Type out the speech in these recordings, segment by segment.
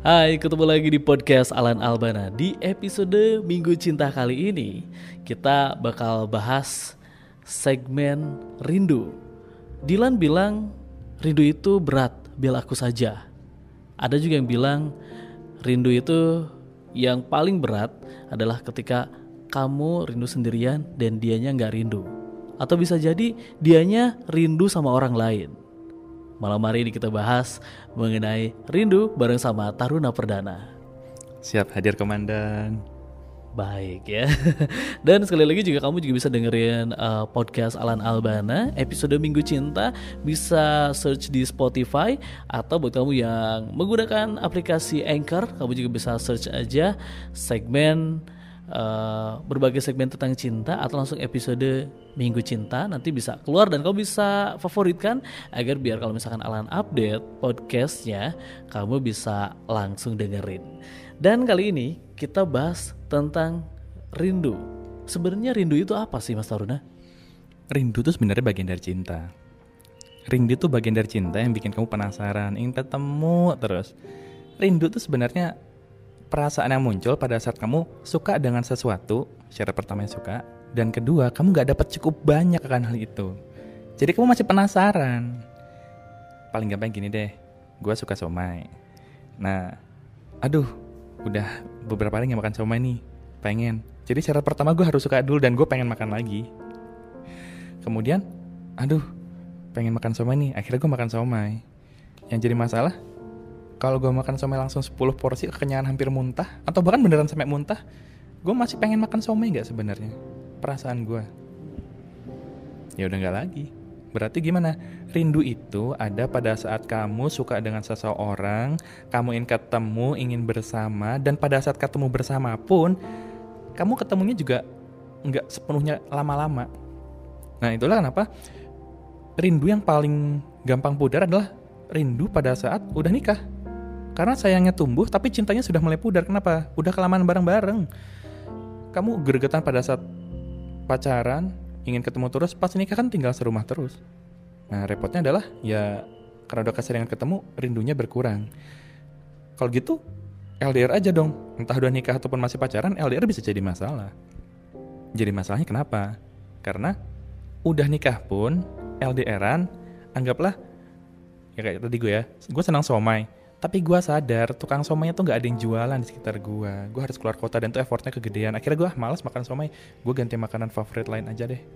Hai, ketemu lagi di podcast Alan Albana. Di episode Minggu Cinta kali ini, kita bakal bahas segmen rindu. Dilan bilang rindu itu berat, biar aku saja. Ada juga yang bilang rindu itu yang paling berat adalah ketika kamu rindu sendirian dan dianya gak rindu. Atau bisa jadi dianya rindu sama orang lain. Malam hari ini kita bahas mengenai rindu bareng sama Taruna Perdana. Siap hadir komandan. Baik ya. Dan sekali lagi juga kamu juga bisa dengerin podcast Alan Albana episode Minggu Cinta. Bisa search di Spotify. Atau buat kamu yang menggunakan aplikasi Anchor, kamu juga bisa search aja segmen berbagai segmen tentang cinta atau langsung episode Minggu Cinta, nanti bisa keluar dan kamu bisa favoritkan agar biar kalau misalkan Alan update podcastnya kamu bisa langsung dengerin. Dan kali ini kita bahas tentang rindu. Sebenarnya rindu itu apa sih Mas Taruna? Rindu itu sebenarnya bagian dari cinta. Rindu itu bagian dari cinta yang bikin kamu penasaran, ingin ketemu terus. Rindu itu sebenarnya perasaan yang muncul pada saat kamu suka dengan sesuatu. Syarat pertama suka, dan kedua kamu gak dapat cukup banyak akan hal itu. Jadi kamu masih penasaran. Paling gampang gini deh, gue suka somai. Nah, udah beberapa hari gak makan somai nih, pengen. Jadi syarat pertama gue harus suka dulu dan gue pengen makan lagi. Kemudian, pengen makan somai nih, akhirnya gue makan somai. Yang jadi masalah, kalau gue makan somai langsung 10 porsi kekenyangan hampir muntah, atau bahkan beneran sampai muntah, gue masih pengen makan somai gak sebenarnya? Perasaan gue ya udah gak lagi. Berarti gimana? Rindu itu ada pada saat kamu suka dengan seseorang, kamu ingin ketemu, ingin bersama, dan pada saat ketemu bersama pun kamu ketemunya juga gak sepenuhnya lama-lama. Nah itulah kenapa rindu yang paling gampang pudar adalah rindu pada saat udah nikah. Karena sayangnya tumbuh tapi cintanya sudah mulai pudar. Kenapa? Udah kelamaan bareng-bareng. Kamu gregetan pada saat pacaran, ingin ketemu terus, pas nikah kan tinggal serumah terus. Nah repotnya adalah ya karena udah keseringan ketemu, rindunya berkurang. Kalau gitu LDR aja dong. Entah udah nikah ataupun masih pacaran, LDR bisa jadi masalah. Jadi masalahnya kenapa? Karena udah nikah pun LDRan, anggaplah ya kayak tadi gue senang somai. Tapi gue sadar tukang somainya tuh gak ada yang jualan di sekitar gue. Gue harus keluar kota dan tuh effortnya kegedean. Akhirnya gue malas makan somai. Gue ganti makanan favorit lain aja deh.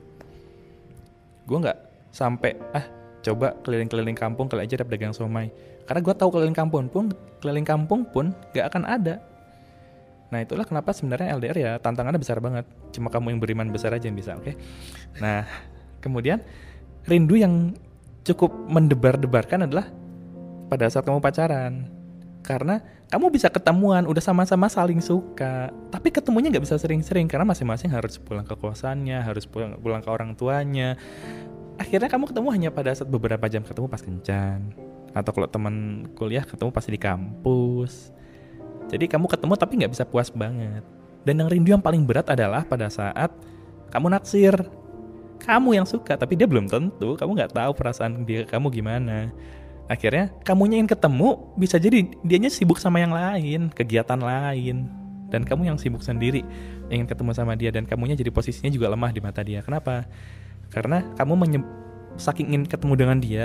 Gue gak sampai coba keliling-keliling kampung kali aja ada pedagang somai. Karena gue tahu keliling kampung pun gak akan ada. Nah itulah kenapa sebenarnya LDR ya tantangannya besar banget. Cuma kamu yang beriman besar aja yang bisa, oke? Nah kemudian rindu yang cukup mendebar-debarkan adalah pada saat kamu pacaran. Karena kamu bisa ketemuan, udah sama-sama saling suka, tapi ketemunya gak bisa sering-sering karena masing-masing harus pulang ke kosannya, harus pulang ke orang tuanya. Akhirnya kamu ketemu hanya pada saat beberapa jam ketemu pas kencan. Atau kalau teman kuliah ketemu pasti di kampus. Jadi kamu ketemu tapi gak bisa puas banget. Dan yang rindu yang paling berat adalah pada saat kamu naksir. Kamu yang suka tapi dia belum tentu, kamu gak tahu perasaan dia kamu gimana. Akhirnya kamunya ingin ketemu, bisa jadi dianya sibuk sama yang lain, kegiatan lain. Dan kamu yang sibuk sendiri ingin ketemu sama dia, dan kamunya jadi posisinya juga lemah di mata dia. Kenapa? Karena kamu saking ingin ketemu dengan dia,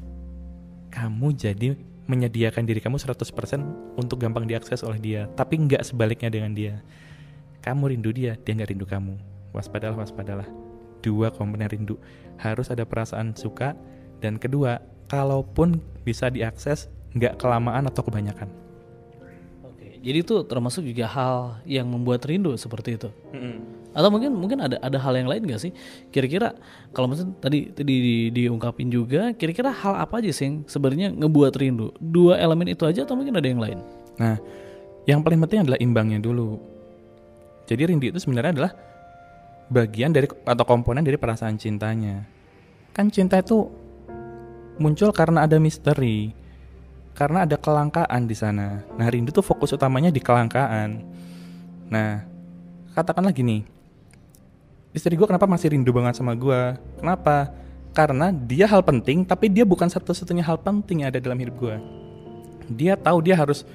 kamu jadi menyediakan diri kamu 100% untuk gampang diakses oleh dia. Tapi gak sebaliknya dengan dia. Kamu rindu dia gak rindu kamu. Waspadalah. 2 komponen rindu. Harus ada perasaan suka, dan kedua, kalaupun bisa diakses, nggak kelamaan atau kebanyakan. Oke, jadi itu termasuk juga hal yang membuat rindu seperti itu. Atau mungkin ada hal yang lain nggak sih? Kira-kira kalau misalnya tadi diungkapin juga, kira-kira hal apa aja sih yang sebenarnya ngebuat rindu? 2 elemen itu aja atau mungkin ada yang lain? Nah, yang paling penting adalah imbangnya dulu. Jadi rindu itu sebenarnya adalah bagian dari atau komponen dari perasaan cintanya. Kan cinta itu muncul karena ada misteri, karena ada kelangkaan di sana. Nah rindu tuh fokus utamanya di kelangkaan. Nah katakanlah gini, istri gue kenapa masih rindu banget sama gue? Kenapa? Karena dia hal penting, tapi dia bukan satu-satunya hal penting yang ada dalam hidup gue. Dia tahu dia harus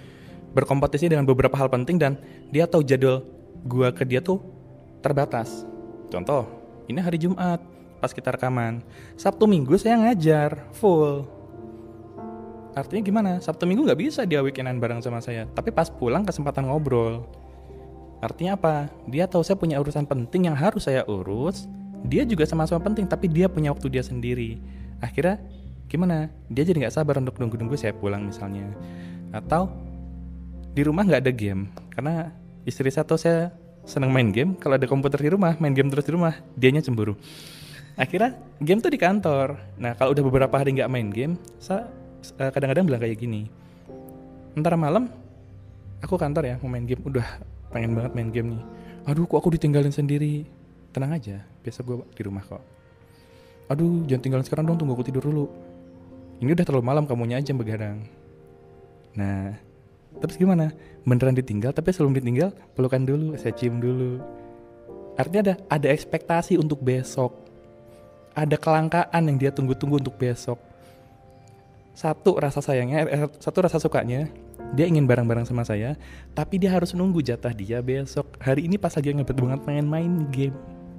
berkompetisi dengan beberapa hal penting dan dia tahu jadwal gue ke dia tuh terbatas. Contoh, ini hari Jumat pas kita rekaman, Sabtu Minggu saya ngajar full. Artinya gimana? Sabtu Minggu gak bisa dia weekendan bareng sama saya, tapi pas pulang kesempatan ngobrol. Artinya apa? Dia tahu saya punya urusan penting yang harus saya urus. Dia juga sama-sama penting, tapi dia punya waktu dia sendiri. Akhirnya gimana? Dia jadi gak sabar untuk nunggu-nunggu saya pulang misalnya. Atau di rumah gak ada game, karena istri saya tahu saya seneng main game. Kalau ada komputer di rumah, main game terus di rumah, dianya cemburu. Akhirnya game tuh di kantor. Nah kalau udah beberapa hari gak main game, saya kadang-kadang bilang kayak gini, ntar malam aku kantor ya mau main game, udah pengen banget main game nih. Aduh kok aku ditinggalin sendiri. Tenang aja, biasa gue di rumah kok. Aduh jangan tinggalin sekarang dong, tunggu aku tidur dulu. Ini udah terlalu malam, kamunya aja yang begadang. Nah terus gimana? Beneran ditinggal, tapi sebelum ditinggal pelukan dulu, saya cium dulu. Artinya ada ekspektasi untuk besok. Ada kelangkaan yang dia tunggu-tunggu untuk besok. Satu rasa sayangnya, satu rasa sukanya, dia ingin bareng-bareng sama saya, tapi dia harus nunggu jatah dia besok. Hari ini pas lagi ngebet banget pengen main game.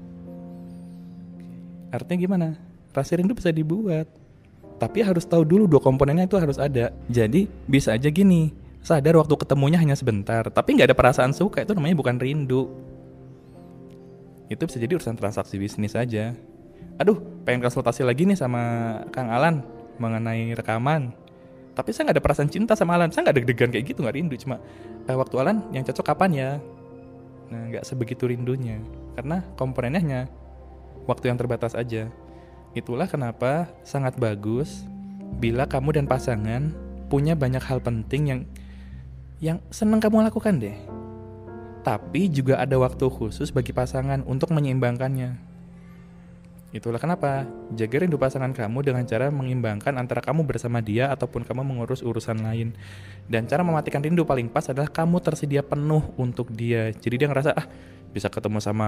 Artinya gimana? Rasa rindu bisa dibuat, tapi harus tahu dulu dua komponennya itu harus ada. Jadi bisa aja gini, sadar waktu ketemunya hanya sebentar, tapi gak ada perasaan suka, itu namanya bukan rindu. Itu bisa jadi urusan transaksi bisnis aja. Aduh, pengen konsultasi lagi nih sama Kang Alan mengenai rekaman. Tapi saya gak ada perasaan cinta sama Alan, saya gak deg-degan kayak gitu, gak rindu. Cuma waktu Alan yang cocok kapan ya? Nah gak sebegitu rindunya, karena komponennya hanya waktu yang terbatas aja. Itulah kenapa sangat bagus bila kamu dan pasangan punya banyak hal penting yang senang kamu lakukan deh. Tapi juga ada waktu khusus bagi pasangan untuk menyeimbangkannya. Itulah kenapa jaga rindu pasangan kamu dengan cara mengimbangkan antara kamu bersama dia ataupun kamu mengurus urusan lain. Dan cara mematikan rindu paling pas adalah kamu tersedia penuh untuk dia. Jadi dia ngerasa bisa ketemu sama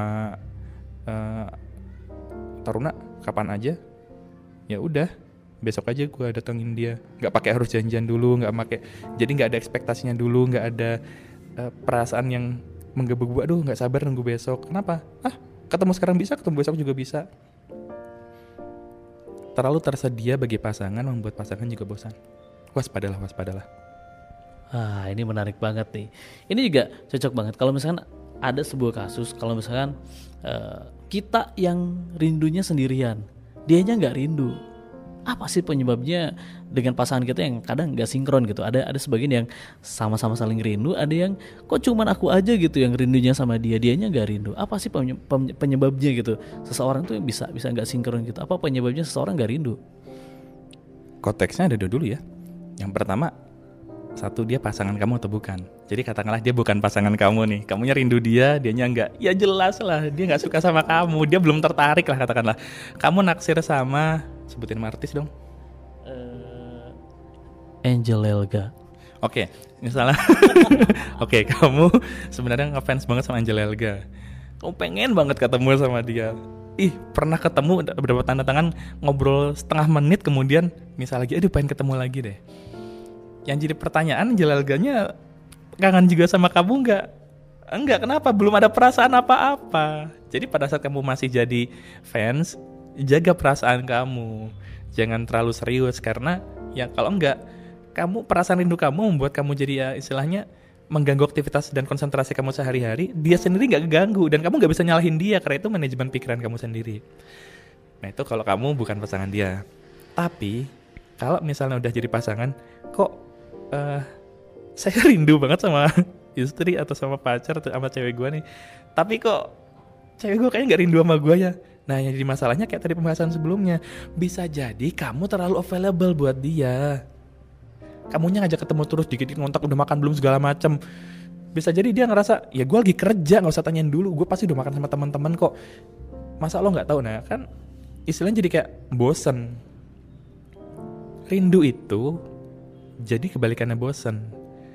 Taruna kapan aja, ya udah besok aja gue datengin dia. Nggak pakai harus janjian dulu, jadi nggak ada ekspektasinya dulu, nggak ada perasaan yang menggebu-gebu. Aduh nggak sabar nunggu besok. Kenapa? Ketemu sekarang bisa, ketemu besok juga bisa. Terlalu tersedia bagi pasangan membuat pasangan juga bosan. Waspadalah. Ini menarik banget nih. Ini juga cocok banget kalau misalkan ada sebuah kasus, kalau misalkan kita yang rindunya sendirian, dianya nggak rindu. Apa sih penyebabnya dengan pasangan kita yang kadang nggak sinkron gitu? Ada sebagian yang sama-sama saling rindu, ada yang kok cuman aku aja gitu yang rindunya sama dia, dianya nggak rindu. Apa sih penyebabnya gitu? Seseorang tuh bisa nggak sinkron gitu. Apa penyebabnya seseorang nggak rindu? Konteksnya ada dulu ya. Yang pertama, satu, dia pasangan kamu atau bukan. Jadi katakanlah dia bukan pasangan kamu nih, kamunya rindu dia, dianya enggak. Ya jelas lah, dia enggak suka sama kamu, dia belum tertarik lah katakanlah. Kamu naksir sama, sebutin nama artis dong. Angel Elga. Oke, misalnya Oke, kamu sebenarnya ngefans banget sama Angel Elga. Kamu pengen banget ketemu sama dia. Pernah ketemu, beberapa tanda tangan, ngobrol setengah menit, kemudian misal lagi, pengen ketemu lagi deh. Yang jadi pertanyaan, Angel Elganya kangen juga sama kamu enggak? Enggak, kenapa? Belum ada perasaan apa-apa. Jadi pada saat kamu masih jadi fans, jaga perasaan kamu. Jangan terlalu serius, karena ya kalau enggak, perasaan rindu kamu membuat kamu jadi ya istilahnya mengganggu aktivitas dan konsentrasi kamu sehari-hari. Dia sendiri gak keganggu dan kamu gak bisa nyalahin dia, karena itu manajemen pikiran kamu sendiri. Nah itu kalau kamu bukan pasangan dia. Tapi kalau misalnya udah jadi pasangan, kok saya rindu banget sama istri atau sama pacar atau sama cewek gue nih, tapi kok cewek gue kayaknya gak rindu sama gue ya. Nah yang jadi masalahnya kayak tadi pembahasan sebelumnya, bisa jadi kamu terlalu available buat dia. Kamunya ngajak ketemu terus, dikit-dikit ngontak, udah makan belum segala macem. Bisa jadi dia ngerasa, ya gue lagi kerja, gak usah tanyain dulu, gue pasti udah makan sama teman-teman kok, masa lo gak tahu. Nah kan istilahnya jadi kayak bosen. Rindu itu jadi kebalikannya bosen.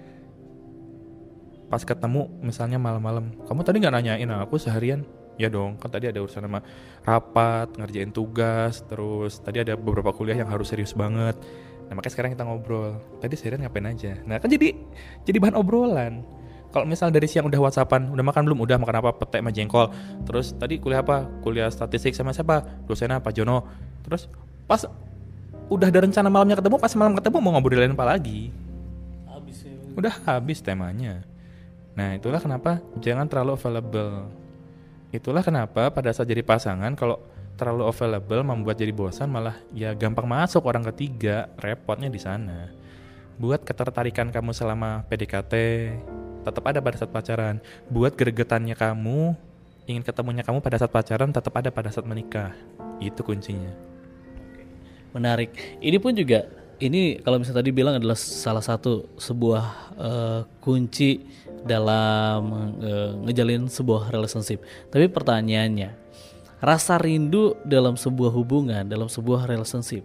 Pas ketemu misalnya malam-malam, kamu tadi gak nanyain aku seharian? Ya dong, kan tadi ada urusan sama rapat, ngerjain tugas, terus tadi ada beberapa kuliah yang harus serius banget. Nah makanya sekarang kita ngobrol. Tadi seharian ngapain aja? Nah kan jadi bahan obrolan. Kalau misal dari siang udah WhatsAppan, udah makan belum? Udah, makan apa? Petek sama jengkol. Terus tadi kuliah apa? Kuliah statistik sama siapa? Dosennya Pak Jono. Terus pas udah ada rencana malamnya ketemu, pas malam ketemu mau ngobrolin apa lagi? Habis ya. Udah habis temanya. Nah itulah kenapa jangan terlalu available. Itulah kenapa pada saat jadi pasangan kalau terlalu available membuat jadi bosan, malah ya gampang masuk orang ketiga. Repotnya di sana. Buat ketertarikan kamu selama PDKT tetap ada pada saat pacaran. Buat gregetannya kamu, ingin ketemunya kamu pada saat pacaran tetap ada pada saat menikah. Itu kuncinya. Menarik. Ini pun juga, ini kalau misalnya tadi bilang adalah salah satu sebuah kunci dalam ngejalin sebuah relationship. Tapi pertanyaannya, rasa rindu dalam sebuah hubungan, dalam sebuah relationship,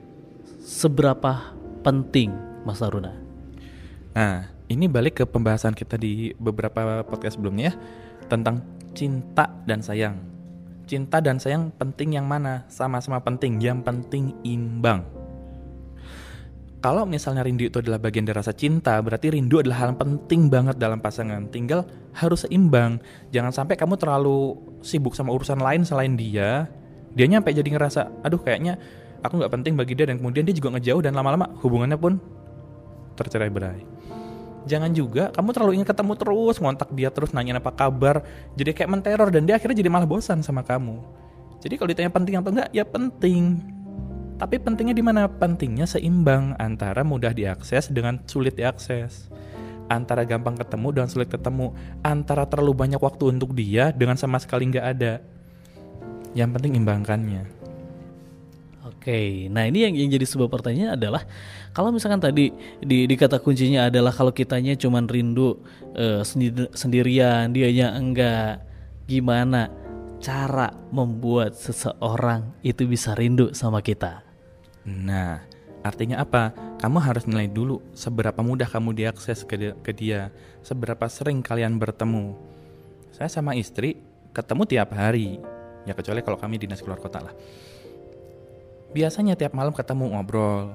seberapa penting, Mas Taruna? Nah, ini balik ke pembahasan kita di beberapa podcast sebelumnya ya, tentang cinta dan sayang. Cinta dan sayang penting yang mana? Sama-sama penting, yang penting imbang. Kalau misalnya rindu itu adalah bagian dari rasa cinta, berarti rindu adalah hal yang penting banget dalam pasangan. Tinggal harus seimbang. Jangan sampai kamu terlalu sibuk sama urusan lain selain dia. Dianya sampai jadi ngerasa, aduh kayaknya aku gak penting bagi dia, dan kemudian dia juga ngejauh dan lama-lama hubungannya pun tercerai-berai. Jangan juga kamu terlalu ingin ketemu terus, ngontak dia terus, nanyain apa kabar, jadi kayak menteror, dan dia akhirnya jadi malah bosan sama kamu. Jadi kalau ditanya penting atau enggak, ya penting. Tapi pentingnya di mana? Pentingnya seimbang antara mudah diakses dengan sulit diakses, antara gampang ketemu dan sulit ketemu, antara terlalu banyak waktu untuk dia dengan sama sekali nggak ada. Yang penting imbangkannya. Oke, nah ini yang jadi sebuah pertanyaan adalah, kalau misalkan tadi di kata kuncinya adalah kalau kitanya cuman rindu sendirian, dianya enggak, gimana cara membuat seseorang itu bisa rindu sama kita? Nah, artinya apa? Kamu harus nilai dulu seberapa mudah kamu diakses ke dia, seberapa sering kalian bertemu. Saya sama istri ketemu tiap hari, ya kecuali kalau kami dinas keluar kota lah. Biasanya tiap malam ketemu ngobrol.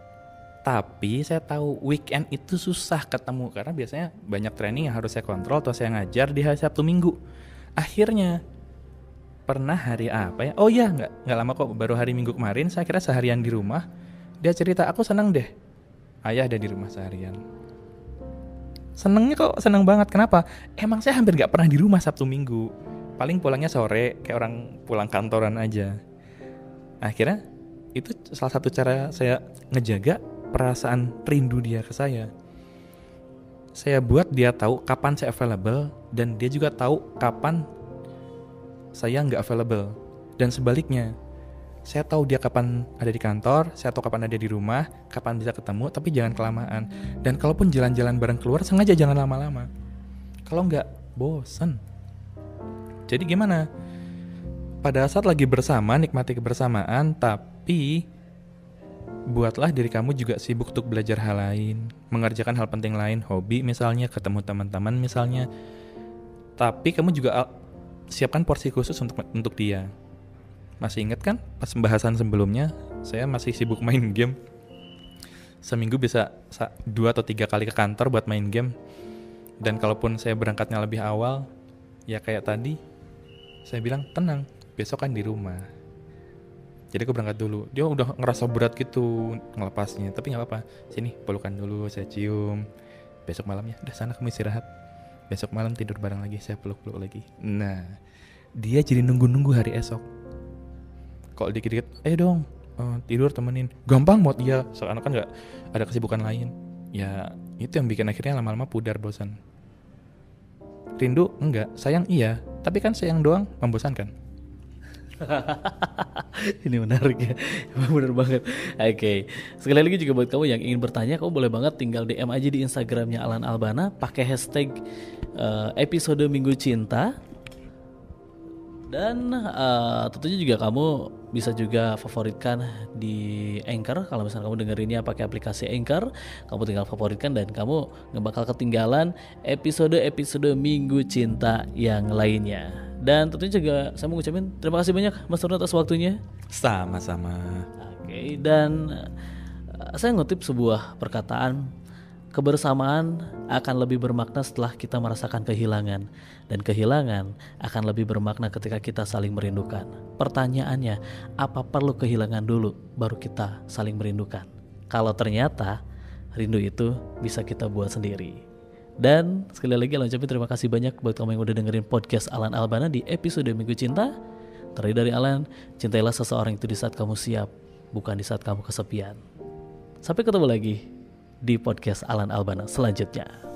Tapi saya tahu weekend itu susah ketemu karena biasanya banyak training yang harus saya kontrol atau saya ngajar di hari Sabtu Minggu. Akhirnya pernah hari apa ya? Oh iya, nggak lama kok, baru hari Minggu kemarin. Saya kira seharian di rumah. Dia cerita, aku seneng deh ayah ada di rumah seharian. Senengnya kok seneng banget. Kenapa? Emang saya hampir nggak pernah di rumah Sabtu Minggu. Paling pulangnya sore kayak orang pulang kantoran aja. Akhirnya itu salah satu cara saya ngejaga perasaan rindu dia ke saya. Saya buat dia tahu kapan saya available, dan dia juga tahu kapan saya nggak available. Dan sebaliknya, saya tahu dia kapan ada di kantor, saya tahu kapan ada di rumah, kapan bisa ketemu, tapi jangan kelamaan. Dan kalaupun jalan-jalan bareng keluar, sengaja jangan lama-lama. Kalau nggak, bosan. Jadi gimana? Pada saat lagi bersama, nikmati kebersamaan, tapi buatlah diri kamu juga sibuk untuk belajar hal lain, mengerjakan hal penting lain, hobi misalnya, ketemu teman-teman misalnya. Tapi kamu juga siapkan porsi khusus untuk dia. Masih ingat kan pas pembahasan sebelumnya, saya masih sibuk main game. Seminggu bisa 2 atau 3 kali ke kantor buat main game. Dan kalaupun saya berangkatnya lebih awal, ya kayak tadi, saya bilang tenang, besok kan di rumah. Jadi aku berangkat dulu. Dia udah ngerasa berat gitu ngelepasnya, tapi gak apa-apa. Sini, pelukan dulu, saya cium. Besok malamnya, udah sana kamu istirahat. Besok malam tidur bareng lagi, saya peluk-peluk lagi. Nah, dia jadi nunggu-nunggu hari esok. Kalau dikit-dikit, dong, tidur temenin. Gampang buat dia, soalnya kan gak ada kesibukan lain. Ya, itu yang bikin akhirnya lama-lama pudar, bosan. Rindu? Enggak. Sayang? Iya. Tapi kan sayang doang membosankan. Ini menarik ya, benar banget. Oke, sekali lagi juga buat kamu yang ingin bertanya, kamu boleh banget tinggal DM aja di Instagramnya Alan Albana, pakai hashtag episode Minggu Cinta. Dan tentunya juga kamu bisa juga favoritkan di Anchor. Kalau misalnya kamu dengerinnya pakai aplikasi Anchor, kamu tinggal favoritkan dan kamu gak bakal ketinggalan episode-episode Minggu Cinta yang lainnya. Dan tentunya juga saya mau ngucapin terima kasih banyak Mas Taruna atas waktunya. Sama-sama. Oke, dan Saya ngutip sebuah perkataan, kebersamaan akan lebih bermakna setelah kita merasakan kehilangan, dan kehilangan akan lebih bermakna ketika kita saling merindukan. Pertanyaannya, apa perlu kehilangan dulu baru kita saling merindukan? Kalau ternyata rindu itu bisa kita buat sendiri. Dan sekali lagi Alan ucapin terima kasih banyak buat kamu yang udah dengerin podcast Alan Albana di episode Minggu Cinta. Terakhir dari Alan, cintailah seseorang itu di saat kamu siap, bukan di saat kamu kesepian. Sampai ketemu lagi di podcast Alan Albana selanjutnya.